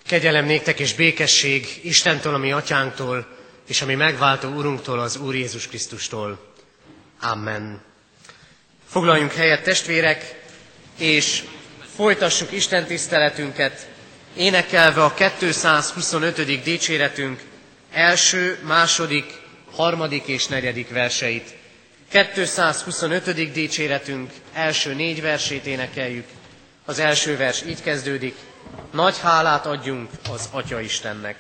Kegyelem néktek és békesség Istentől, a mi atyánktól, és a mi megváltó Urunktól, az Úr Jézus Krisztustól. Amen. Foglaljunk helyet, testvérek, és folytassuk Isten tiszteletünket, énekelve a 225. dicséretünk első, második, harmadik és negyedik verseit. 225. dicséretünk első 4 versét énekeljük. Az első vers így kezdődik: nagy hálát adjunk az Atya Istennek.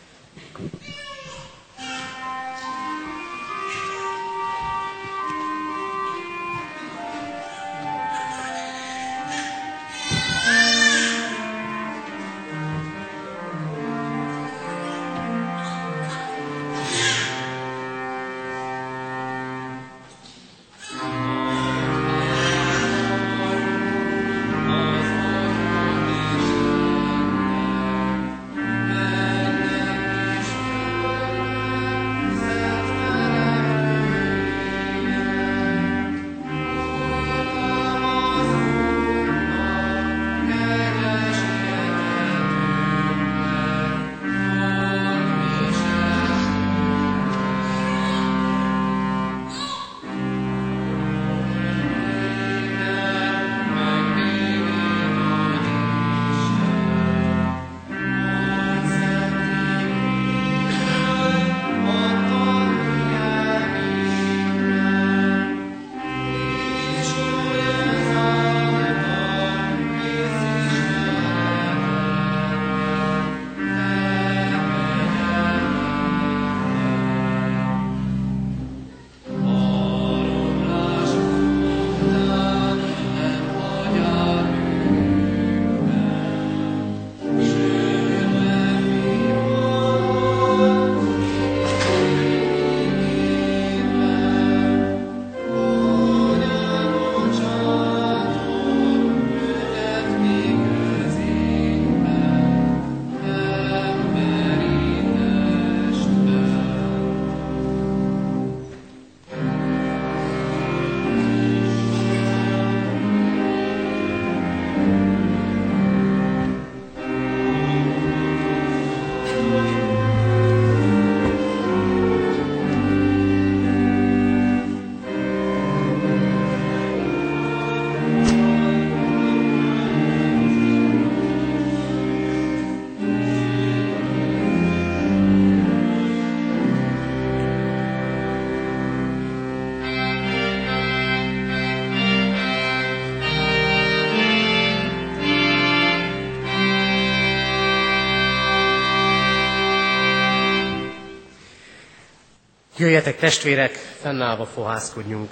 Jöjjetek, testvérek, fennállva fohászkodjunk.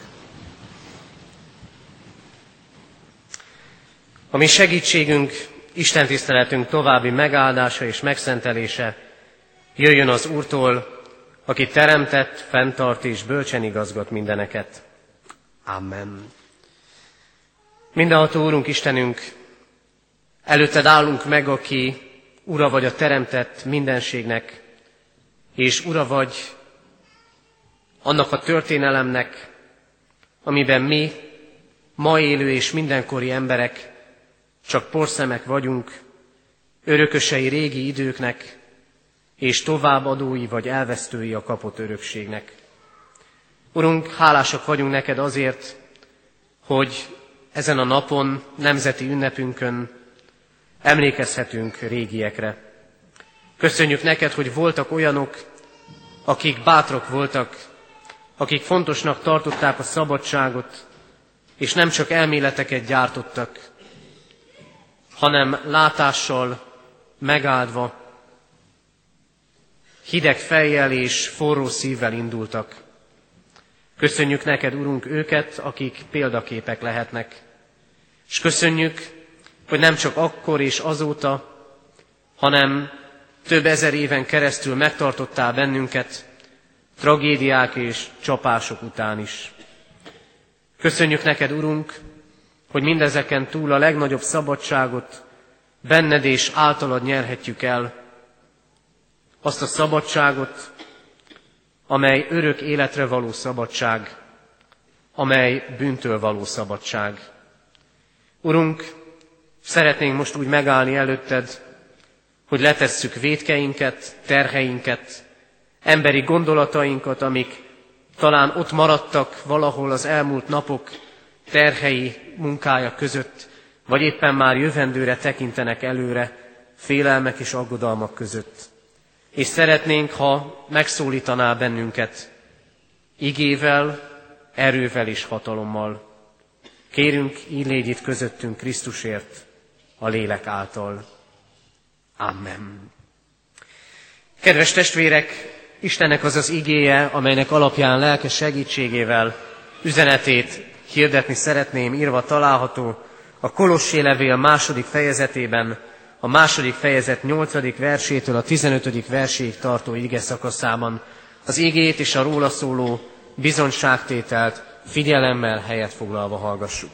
A mi segítségünk, istentiszteletünk további megáldása és megszentelése jöjjön az Úrtól, aki teremtett, fenntart és bölcsen igazgat mindeneket. Amen. Mindenható Úrunk, Istenünk, előtted állunk meg, aki Ura vagy a teremtett mindenségnek, és Ura vagy annak a történelemnek, amiben mi, ma élő és mindenkori emberek csak porszemek vagyunk, örökösei régi időknek, és továbbadói vagy elvesztői a kapott örökségnek. Urunk, hálásak vagyunk neked azért, hogy ezen a napon, nemzeti ünnepünkön emlékezhetünk régiekre. Köszönjük neked, hogy voltak olyanok, akik bátrak voltak, akik fontosnak tartották a szabadságot, és nem csak elméleteket gyártottak, hanem látással, megáldva, hideg fejjel és forró szívvel indultak. Köszönjük neked, Urunk, őket, akik példaképek lehetnek. És köszönjük, hogy nem csak akkor és azóta, hanem több ezer éven keresztül megtartottál bennünket, tragédiák és csapások után is. Köszönjük neked, Urunk, hogy mindezeken túl a legnagyobb szabadságot benned és általad nyerhetjük el. Azt a szabadságot, amely örök életre való szabadság, amely bűntől való szabadság. Urunk, szeretnénk most úgy megállni előtted, hogy letesszük vétkeinket, terheinket, emberi gondolatainkat, amik talán ott maradtak valahol az elmúlt napok terhei, munkája között, vagy éppen már jövendőre tekintenek előre, félelmek és aggodalmak között. És szeretnénk, ha megszólítanál bennünket igével, erővel és hatalommal. Kérünk, így légy itt közöttünk Krisztusért, a lélek által. Amen. Kedves testvérek, Istennek az az igéje, amelynek alapján lelke segítségével üzenetét hirdetni szeretném, írva található a Kolossé levél 2. fejezetében, a 2. fejezet 8. versétől a 15. verséig tartó ige szakaszában. Az igét és a róla szóló bizonyságtételt figyelemmel helyet foglalva hallgassuk.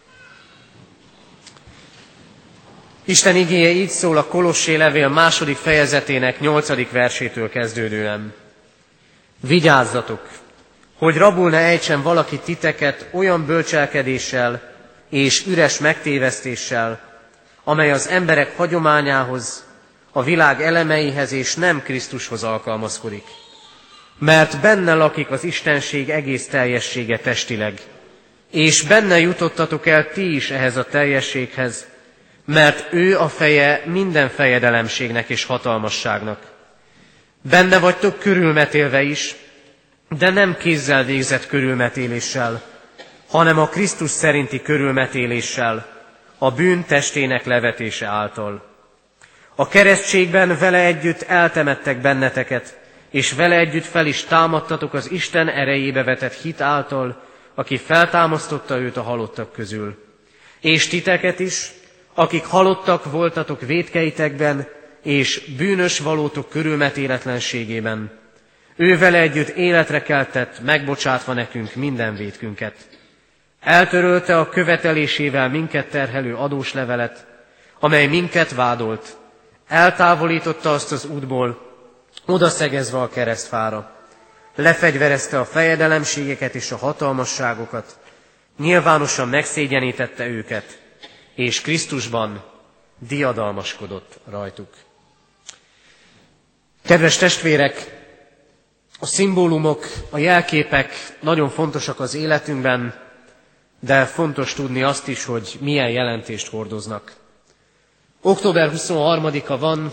Isten igéje így szól a Kolossé levél 2. fejezetének 8. versétől kezdődően. Vigyázzatok, hogy rabul ne ejtsen valaki titeket olyan bölcselkedéssel és üres megtévesztéssel, amely az emberek hagyományához, a világ elemeihez és nem Krisztushoz alkalmazkodik. Mert benne lakik az Istenség egész teljessége testileg, és benne jutottatok el ti is ehhez a teljességhez, mert ő a feje minden fejedelemségnek és hatalmasságnak. Benne vagytok körülmetélve is, de nem kézzel végzett körülmetéléssel, hanem a Krisztus szerinti körülmetéléssel, a bűn testének levetése által. A keresztségben vele együtt eltemettek benneteket, és vele együtt fel is támadtatok az Isten erejébe vetett hit által, aki feltámasztotta őt a halottak közül. És titeket is, akik halottak voltatok vétkeitekben, és bűnös valótok körülmetéletlenségében. Ő vele együtt életre keltett, megbocsátva nekünk minden vétkünket. Eltörölte a követelésével minket terhelő adóslevelet, amely minket vádolt. Eltávolította azt az útból, odaszegezve a keresztfára. Lefegyverezte a fejedelemségeket és a hatalmasságokat, nyilvánosan megszégyenítette őket, és Krisztusban diadalmaskodott rajtuk. Kedves testvérek, a szimbólumok, a jelképek nagyon fontosak az életünkben, de fontos tudni azt is, hogy milyen jelentést hordoznak. Október 23-a van,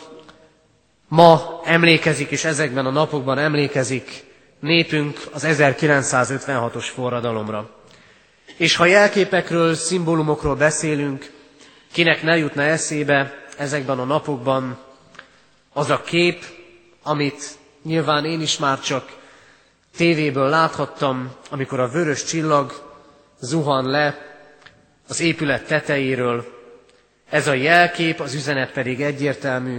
ma emlékezik, és ezekben a napokban emlékezik népünk az 1956-os forradalomra. És ha jelképekről, szimbólumokról beszélünk, kinek ne jutna eszébe ezekben a napokban az a kép, amit nyilván én is már csak tévéből láthattam, amikor a vörös csillag zuhan le az épület tetejéről. Ez a jelkép, az üzenet pedig egyértelmű,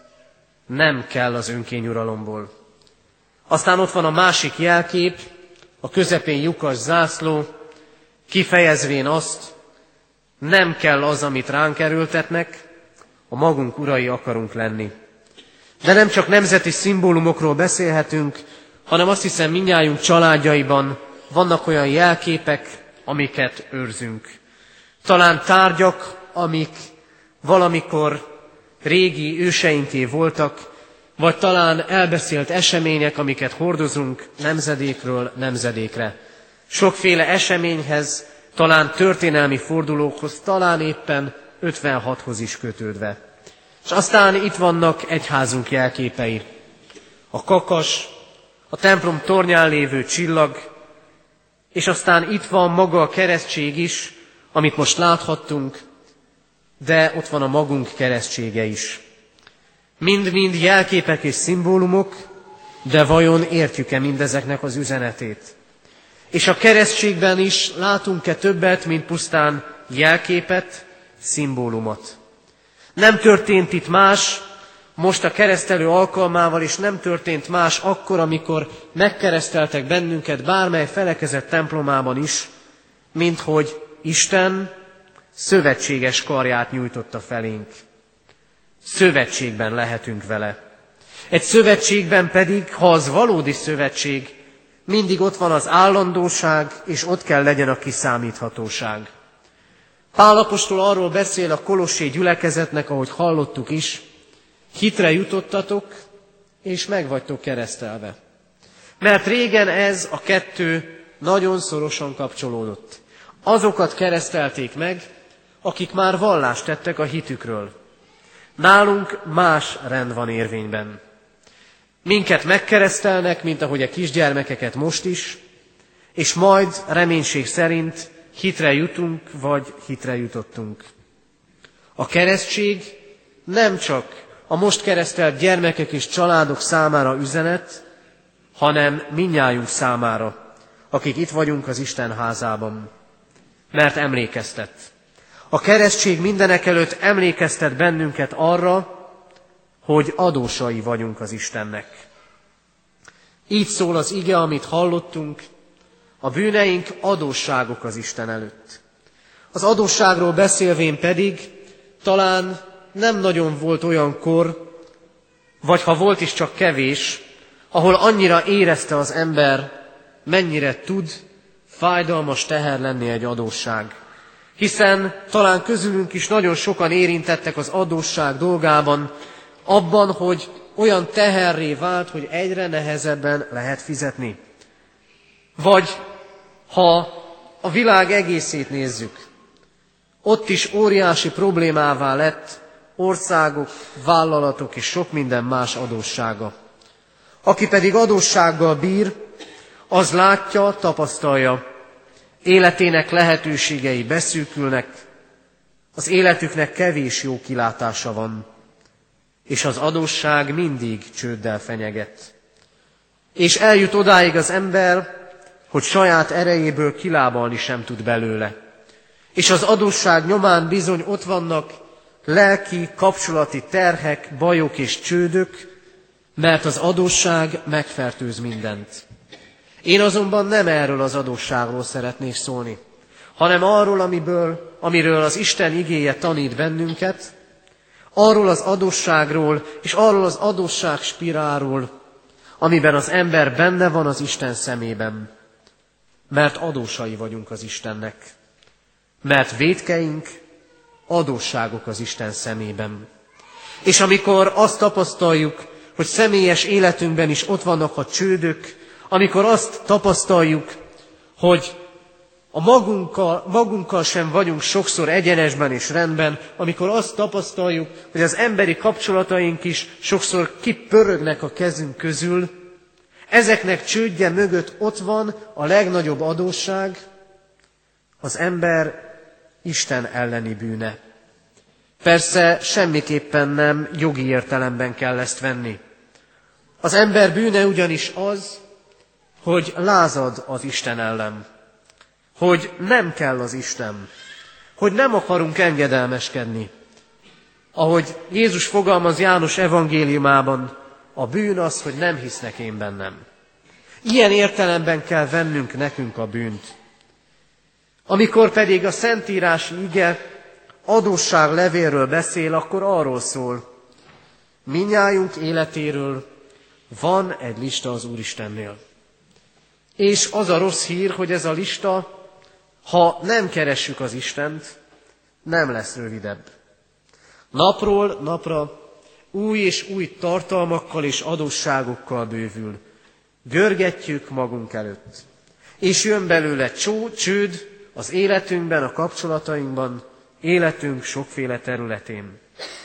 nem kell az önkényuralomból. Aztán ott van a másik jelkép, a közepén lyukas zászló, kifejezvén azt, nem kell az, amit ránk erőltetnek, a magunk urai akarunk lenni. De nem csak nemzeti szimbólumokról beszélhetünk, hanem azt hiszem mindnyájunk családjaiban vannak olyan jelképek, amiket őrzünk. Talán tárgyak, amik valamikor régi őseinké voltak, vagy talán elbeszélt események, amiket hordozunk nemzedékről nemzedékre. Sokféle eseményhez, talán történelmi fordulókhoz, talán éppen 56-hoz is kötődve. És aztán itt vannak egyházunk jelképei. A kakas, a templom tornyán lévő csillag, és aztán itt van maga a keresztség is, amit most láthattunk, de ott van a magunk keresztsége is. Mind-mind jelképek és szimbólumok, de vajon értjük-e mindezeknek az üzenetét? És a keresztségben is látunk-e többet, mint pusztán jelképet, szimbólumot? Nem történt itt más, most a keresztelő alkalmával, és nem történt más akkor, amikor megkereszteltek bennünket bármely felekezet templomában is, mint hogy Isten szövetséges karját nyújtotta felénk. Szövetségben lehetünk vele. Egy szövetségben pedig, ha az valódi szövetség, mindig ott van az állandóság, és ott kell legyen a kiszámíthatóság. Pál apostol arról beszél a kolossé gyülekezetnek, ahogy hallottuk is, hitre jutottatok, és meg vagytok keresztelve. Mert régen ez a kettő nagyon szorosan kapcsolódott. Azokat keresztelték meg, akik már vallást tettek a hitükről. Nálunk más rend van érvényben. Minket megkeresztelnek, mint ahogy a kisgyermekeket most is, és majd reménység szerint hitre jutunk, vagy hitre jutottunk. A keresztség nem csak a most keresztelt gyermekek és családok számára üzenet, hanem mindnyájunk számára, akik itt vagyunk az Isten házában. Mert emlékeztet. A keresztség mindenekelőtt emlékeztet bennünket arra, hogy adósai vagyunk az Istennek. Így szól az ige, amit hallottunk, a bűneink adósságok az Isten előtt. Az adósságról beszélvén pedig talán nem nagyon volt olyan kor, vagy ha volt is csak kevés, ahol annyira érezte az ember, mennyire tud fájdalmas teher lenni egy adósság. Hiszen talán közülünk is nagyon sokan érintettek az adósság dolgában, abban, hogy olyan teherré vált, hogy egyre nehezebben lehet fizetni. Vagy ha a világ egészét nézzük, ott is óriási problémává lett országok, vállalatok és sok minden más adóssága. Aki pedig adóssággal bír, az látja, tapasztalja, életének lehetőségei beszűkülnek, az életüknek kevés jó kilátása van, és az adósság mindig csőddel fenyeget. És eljut odáig az ember, hogy saját erejéből kilábalni sem tud belőle. És az adósság nyomán bizony ott vannak lelki, kapcsolati terhek, bajok és csődök, mert az adósság megfertőz mindent. Én azonban nem erről az adósságról szeretnék szólni, hanem arról, amiről az Isten igéje tanít bennünket, arról az adósságról és arról az adósság spirálról, amiben az ember benne van az Isten szemében. Mert adósai vagyunk az Istennek. Mert vétkeink adósságok az Isten szemében. És amikor azt tapasztaljuk, hogy személyes életünkben is ott vannak a csődök, amikor azt tapasztaljuk, hogy a magunkkal sem vagyunk sokszor egyenesben és rendben, amikor azt tapasztaljuk, hogy az emberi kapcsolataink is sokszor kipörögnek a kezünk közül, ezeknek csődje mögött ott van a legnagyobb adósság, az ember Isten elleni bűne. Persze semmiképpen nem jogi értelemben kell ezt venni. Az ember bűne ugyanis az, hogy lázad az Isten ellen, hogy nem kell az Isten, hogy nem akarunk engedelmeskedni. Ahogy Jézus fogalmaz János evangéliumában, a bűn az, hogy nem hisznek én bennem. Ilyen értelemben kell vennünk nekünk a bűnt. Amikor pedig a szentírási ige adósságlevélről beszél, akkor arról szól, mindnyájunk életéről van egy lista az Úristennél. És az a rossz hír, hogy ez a lista, ha nem keressük az Istent, nem lesz rövidebb. Napról napra új és új tartalmakkal és adósságokkal bővül. Görgetjük magunk előtt. És jön belőle csőd az életünkben, a kapcsolatainkban, életünk sokféle területén.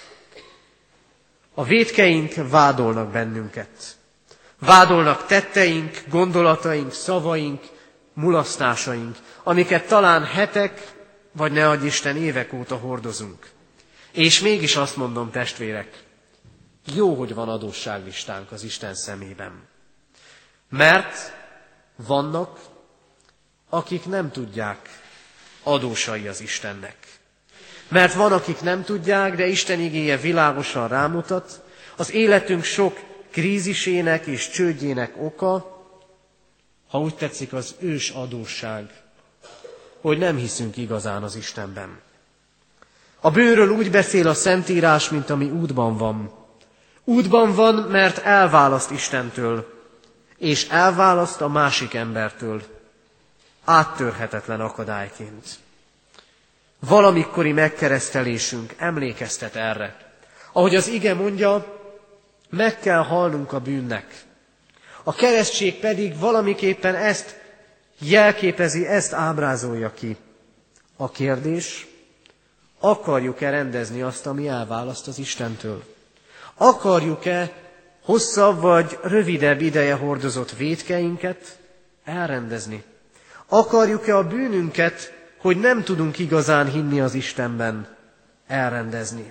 A vétkeink vádolnak bennünket. Vádolnak tetteink, gondolataink, szavaink, mulasztásaink, amiket talán hetek, vagy ne adj Isten évek óta hordozunk. És mégis azt mondom, testvérek, jó, hogy van adósságlistánk az Isten szemében. Mert vannak, akik nem tudják, adósai az Istennek. Mert van, akik nem tudják, de Isten igéje világosan rámutat, az életünk sok krízisének és csődjének oka, ha úgy tetszik, az ős adósság, hogy nem hiszünk igazán az Istenben. A bűnről úgy beszél a Szentírás, mint ami útban van. Útban van, mert elválaszt Istentől, és elválaszt a másik embertől, áttörhetetlen akadályként. Valamikori megkeresztelésünk emlékeztet erre. Ahogy az ige mondja, meg kell halnunk a bűnnek. A keresztség pedig valamiképpen ezt jelképezi, ezt ábrázolja ki. A kérdés, akarjuk-e rendezni azt, ami elválaszt az Istentől? Akarjuk-e hosszabb vagy rövidebb ideje hordozott vétkeinket elrendezni? Akarjuk-e a bűnünket, hogy nem tudunk igazán hinni az Istenben, elrendezni?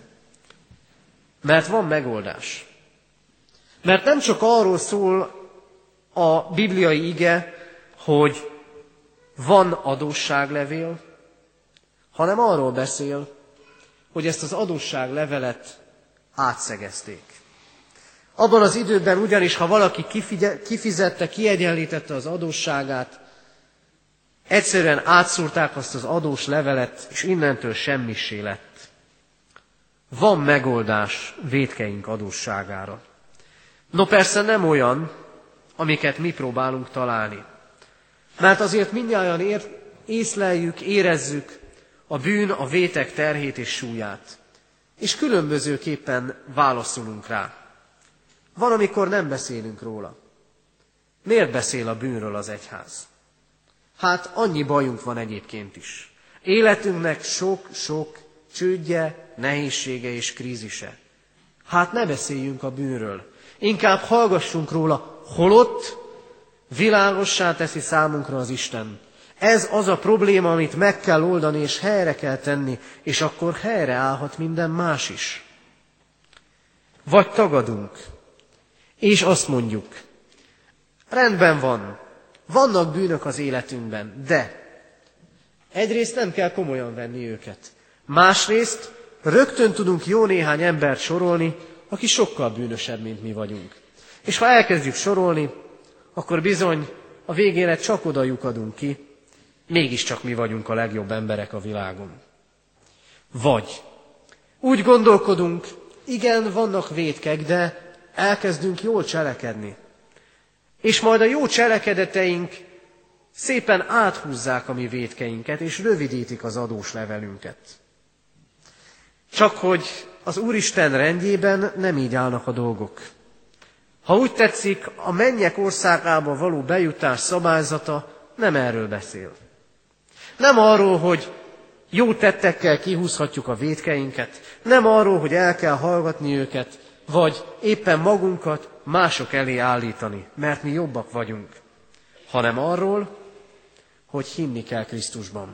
Mert van megoldás. Mert nem csak arról szól a bibliai ige, hogy van adósságlevél, hanem arról beszél, hogy ezt az adósságlevelet átszegezték. Abban az időben ugyanis, ha valaki kifizette, kiegyenlítette az adósságát, egyszerűen átszúrták azt az adós levelet, és innentől semmissé lett. Van megoldás vétkeink adósságára. No persze nem olyan, amiket mi próbálunk találni. Mert azért mindnyájan észleljük, érezzük a bűn, a vétek terhét és súlyát. És különbözőképpen válaszolunk rá. Van, amikor nem beszélünk róla. Miért beszél a bűnről az egyház? Hát annyi bajunk van egyébként is. Életünknek sok-sok csődje, nehézsége és krízise. Hát ne beszéljünk a bűnről. Inkább hallgassunk róla, holott világossá teszi számunkra az Isten. Ez az a probléma, amit meg kell oldani, és helyre kell tenni, és akkor helyre állhat minden más is. Vagy tagadunk, és azt mondjuk, rendben van, vannak bűnök az életünkben, de egyrészt nem kell komolyan venni őket. Másrészt rögtön tudunk jó néhány embert sorolni, aki sokkal bűnösebb, mint mi vagyunk. És ha elkezdjük sorolni, akkor bizony a végére csak oda lyukadunk ki, mégiscsak mi vagyunk a legjobb emberek a világon. Vagy úgy gondolkodunk, igen, vannak vétkek, de elkezdünk jól cselekedni. És majd a jó cselekedeteink szépen áthúzzák a mi vétkeinket, és rövidítik az adós levelünket. Csak hogy az Úristen rendjében nem így állnak a dolgok. Ha úgy tetszik, a mennyek országába való bejutás szabályzata nem erről beszél. Nem arról, hogy jó tettekkel kihúzhatjuk a vétkeinket, nem arról, hogy el kell hallgatni őket, vagy éppen magunkat mások elé állítani, mert mi jobbak vagyunk, hanem arról, hogy hinni kell Krisztusban.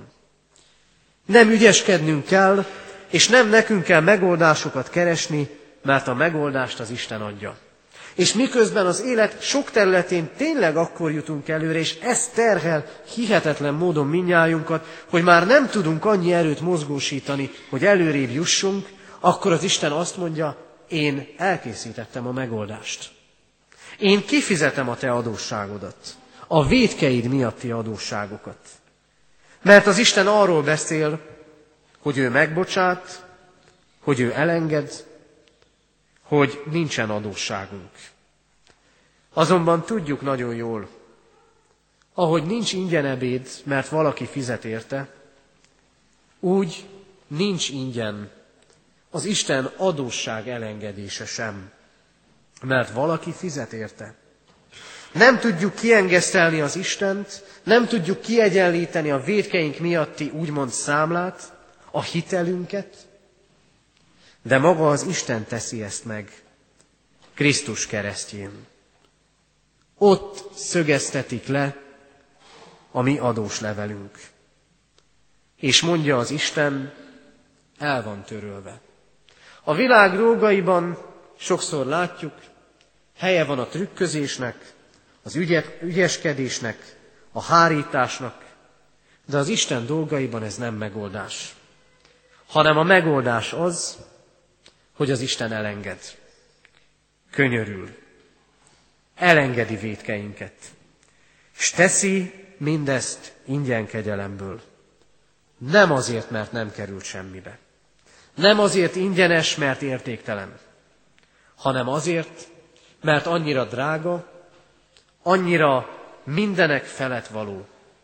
Nem ügyeskednünk kell, és nem nekünk kell megoldásokat keresni, mert a megoldást az Isten adja. És miközben az élet sok területén tényleg akkor jutunk előre, és ez terhel hihetetlen módon mindnyájunkat, hogy már nem tudunk annyi erőt mozgósítani, hogy előrébb jussunk, akkor az Isten azt mondja, én elkészítettem a megoldást. Én kifizetem a te adósságodat, a vétkeid miatti adósságokat. Mert az Isten arról beszél, hogy ő megbocsát, hogy ő elenged, hogy nincsen adósságunk. Azonban tudjuk nagyon jól, ahogy nincs ingyen ebéd, mert valaki fizet érte, úgy nincs ingyen az Isten adósság elengedése sem, mert valaki fizet érte. Nem tudjuk kiengesztelni az Istent, nem tudjuk kiegyenlíteni a vétkeink miatti úgymond számlát, a hitelünket, de maga az Isten teszi ezt meg, Krisztus keresztjén. Ott szögeztetik le a mi adós levelünk. És mondja az Isten, el van törölve. A világ dolgaiban sokszor látjuk, helye van a trükközésnek, az ügyeskedésnek, a hárításnak, de az Isten dolgaiban ez nem megoldás. Hanem a megoldás az, hogy az Isten elenged. Könyörül. Elengedi vétkeinket. És teszi mindezt ingyen kegyelemből. Nem azért, mert nem került semmibe. Nem azért ingyenes, mert értéktelen. Hanem azért, mert annyira drága, annyira mindenek felett való.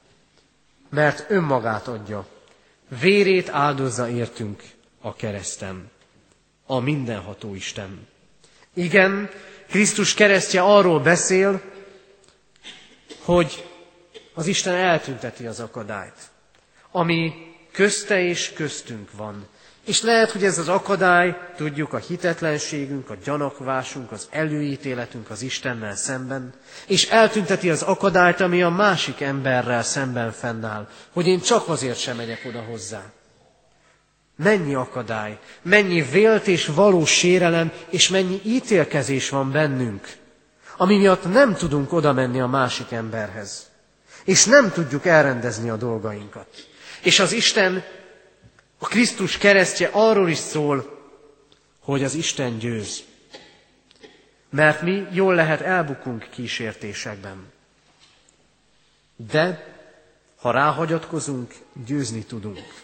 Mert önmagát adja. Vérét áldozza értünk a kereszten. a mindenható Isten. Igen, Krisztus keresztje arról beszél, hogy az Isten eltünteti az akadályt, ami közte és köztünk van. És lehet, hogy ez az akadály, tudjuk, a hitetlenségünk, a gyanakvásunk, az előítéletünk az Istennel szemben, és eltünteti az akadályt, ami a másik emberrel szemben fennáll, hogy én csak azért sem megyek oda hozzá. Mennyi akadály, mennyi vélt és valós sérelem, és mennyi ítélkezés van bennünk, ami miatt nem tudunk oda menni a másik emberhez, és nem tudjuk elrendezni a dolgainkat. És az Isten, a Krisztus keresztje arról is szól, hogy az Isten győz. Mert mi jól lehet elbukunk kísértésekben. De ha ráhagyatkozunk, győzni tudunk.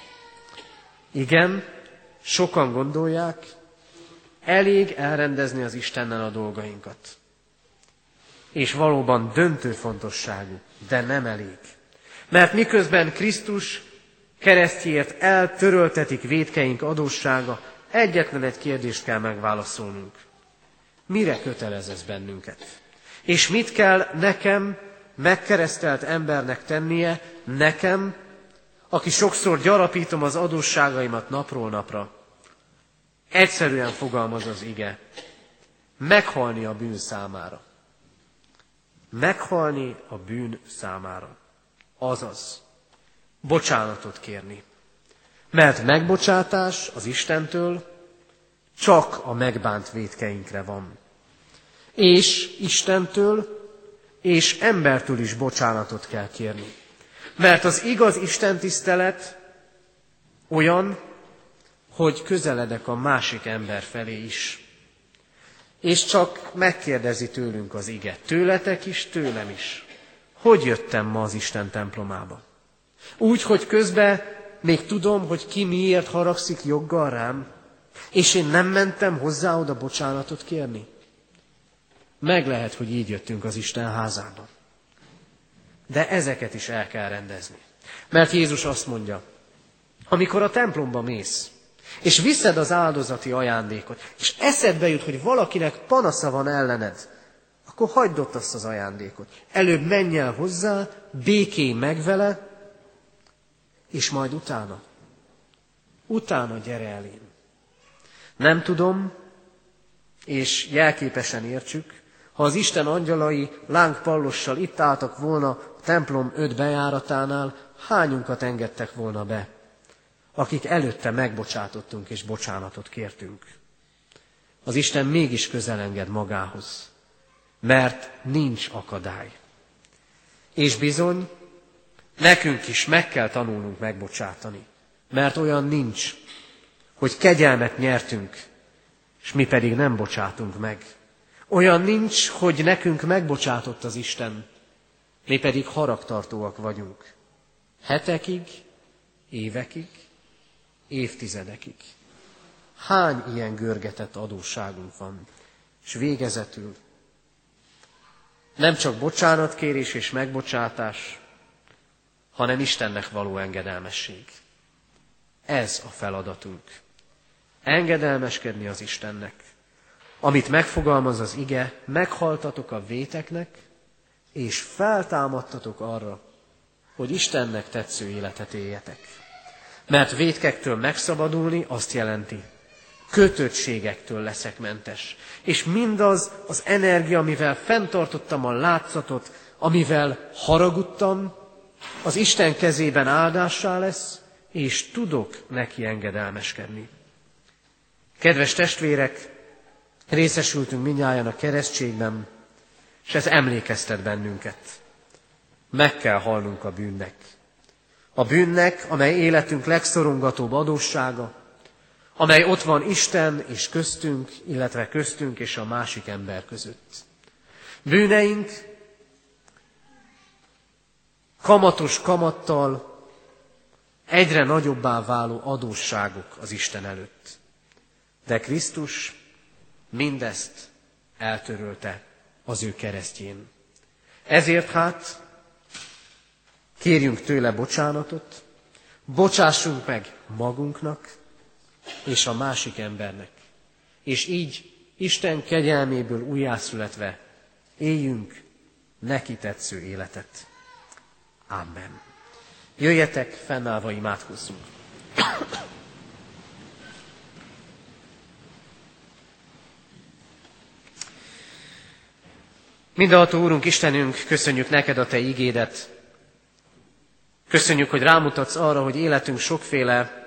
Igen, sokan gondolják, elég elrendezni az Istennel a dolgainkat. És valóban döntő fontosságú, de nem elég. Mert miközben Krisztus keresztjéért eltöröltetik vétkeink adóssága, egyetlen egy kérdést kell megválaszolnunk. Mire kötelez ez bennünket? És mit kell nekem, megkeresztelt embernek tennie, nekem, aki sokszor gyarapítom az adósságaimat napról napra? Egyszerűen fogalmaz az ige. Meghalni a bűn számára. Meghalni a bűn számára. Azaz, bocsánatot kérni. Mert megbocsátás az Istentől csak a megbánt vétkeinkre van. És Istentől és embertől is bocsánatot kell kérni. Mert az igaz istentisztelet olyan, hogy közeledek a másik ember felé is. És csak megkérdezi tőlünk az ige, tőletek is, tőlem is. Hogy jöttem ma az Isten templomába? Úgy, hogy közben még tudom, hogy ki miért haragszik joggal rám, és én nem mentem hozzá oda bocsánatot kérni. Meg lehet, hogy így jöttünk az Isten házába. De ezeket is el kell rendezni. Mert Jézus azt mondja, amikor a templomba mész, és viszed az áldozati ajándékot, és eszedbe jut, hogy valakinek panasza van ellened, akkor hagyd ott azt az ajándékot. Előbb menj el hozzá, békélj meg vele, és majd utána gyere elém. Nem tudom, és jelképesen értsük, ha az Isten angyalai lángpallossal itt álltak volna a templom 5 bejáratánál, hányunkat engedtek volna be, akik előtte megbocsátottunk és bocsánatot kértünk. Az Isten mégis közel enged magához, mert nincs akadály. És bizony, nekünk is meg kell tanulnunk megbocsátani, mert olyan nincs, hogy kegyelmet nyertünk, és mi pedig nem bocsátunk meg. Olyan nincs, hogy nekünk megbocsátott az Isten, mi pedig haragtartóak vagyunk. Hetekig, évekig, évtizedekig. Hány ilyen görgetett adósságunk van? És végezetül nem csak bocsánatkérés és megbocsátás, hanem Istennek való engedelmesség. Ez a feladatunk. Engedelmeskedni az Istennek. Amit megfogalmaz az ige, meghaltatok a véteknek, és feltámadtatok arra, hogy Istennek tetsző életet éljetek. Mert vétkektől megszabadulni azt jelenti, kötöttségektől leszek mentes. És mindaz az energia, amivel fenntartottam a látszatot, amivel haragudtam, az Isten kezében áldássá lesz, és tudok neki engedelmeskedni. Kedves testvérek, részesültünk mindnyájan a keresztségben, és ez emlékeztet bennünket. Meg kell halnunk a bűnnek. A bűnnek, amely életünk legszorongatóbb adóssága, amely ott van Isten és köztünk, illetve köztünk és a másik ember között. Bűneink kamatos kamattal egyre nagyobbá váló adósságok az Isten előtt. De Krisztus mindezt eltörölte az ő keresztjén. Ezért hát kérjünk tőle bocsánatot, bocsássunk meg magunknak, és a másik embernek. És így Isten kegyelméből újjászületve éljünk neki tetsző életet. Amen. Jöjjetek, fennállva imádkozzunk. Mindenható Úrunk, Istenünk, köszönjük neked a te igédet. Köszönjük, hogy rámutatsz arra, hogy életünk sokféle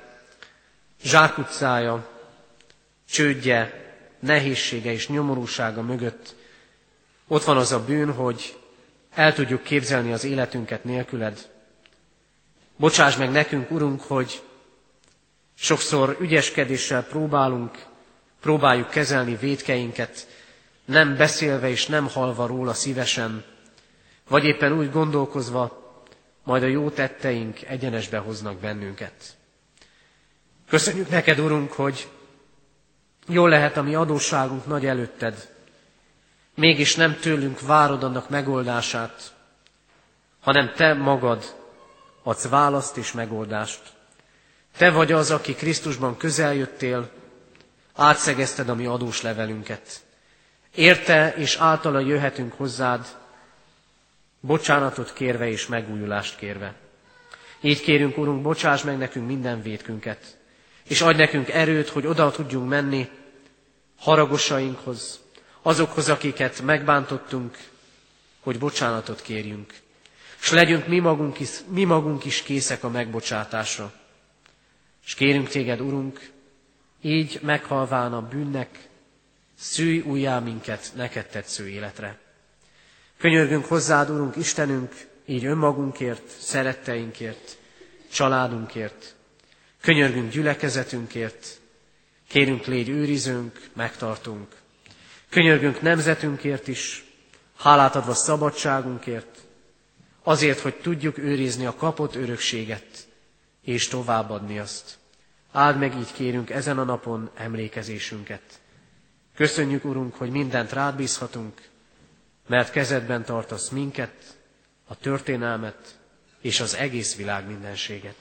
zsákutcája, csődje, nehézsége és nyomorúsága mögött ott van az a bűn, hogy el tudjuk képzelni az életünket nélküled. Bocsáss meg nekünk, Urunk, hogy sokszor ügyeskedéssel próbáljuk kezelni vétkeinket, nem beszélve és nem hallva róla szívesen, vagy éppen úgy gondolkozva, majd a jó tetteink egyenesbe hoznak bennünket. Köszönjük neked, Urunk, hogy jól lehet a mi adósságunk nagy előtted, mégis nem tőlünk várod annak megoldását, hanem te magad adsz választ és megoldást. Te vagy az, aki Krisztusban közeljöttél, átszegezted a mi adós levelünket. Érte és általa jöhetünk hozzád, bocsánatot kérve és megújulást kérve. Így kérünk, Urunk, bocsáss meg nekünk minden vétkünket, és adj nekünk erőt, hogy oda tudjunk menni haragosainkhoz, azokhoz, akiket megbántottunk, hogy bocsánatot kérjünk. És legyünk mi magunk is készek a megbocsátásra. És kérünk téged, Urunk, így meghalván a bűnnek, szülj újjá minket neked tetsző életre. Könyörgünk hozzád, Urunk, Istenünk, így önmagunkért, szeretteinkért, családunkért. Könyörgünk gyülekezetünkért, kérünk, légy őrizőnk, megtartunk. Könyörgünk nemzetünkért is, hálát adva szabadságunkért, azért, hogy tudjuk őrizni a kapott örökséget, és továbbadni azt. Áld meg, így kérünk ezen a napon emlékezésünket. Köszönjük, Urunk, hogy mindent rád bízhatunk, mert kezedben tartasz minket, a történelmet és az egész világ mindenséget.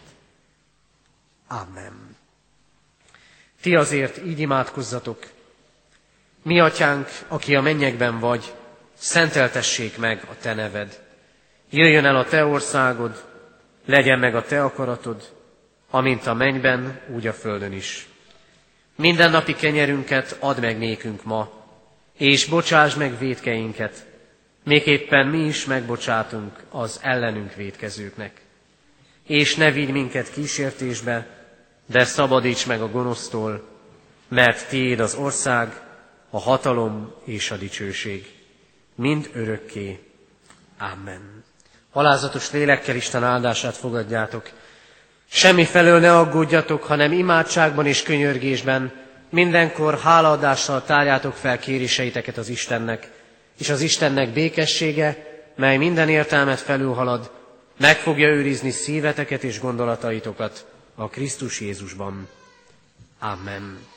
Amen. Ti azért így imádkozzatok: Mi atyánk, aki a mennyekben vagy, szenteltessék meg a te neved. Jöjjön el a te országod, legyen meg a te akaratod, amint a mennyben, úgy a földön is. Mindennapi kenyerünket add meg nékünk ma, és bocsásd meg vétkeinket, miképpen mi is megbocsátunk az ellenünk vétkezőknek. És ne vigy minket kísértésbe, de szabadíts meg a gonosztól, mert tiéd az ország, a hatalom és a dicsőség, mind örökké. Amen. Alázatos lélekkel Isten áldását fogadjátok. Semmifelől ne aggódjatok, hanem imádságban és könyörgésben mindenkor hálaadással tárjátok fel kéréseiteket az Istennek, és az Istennek békessége, mely minden értelmet felülhalad, meg fogja őrizni szíveteket és gondolataitokat a Krisztus Jézusban. Amen.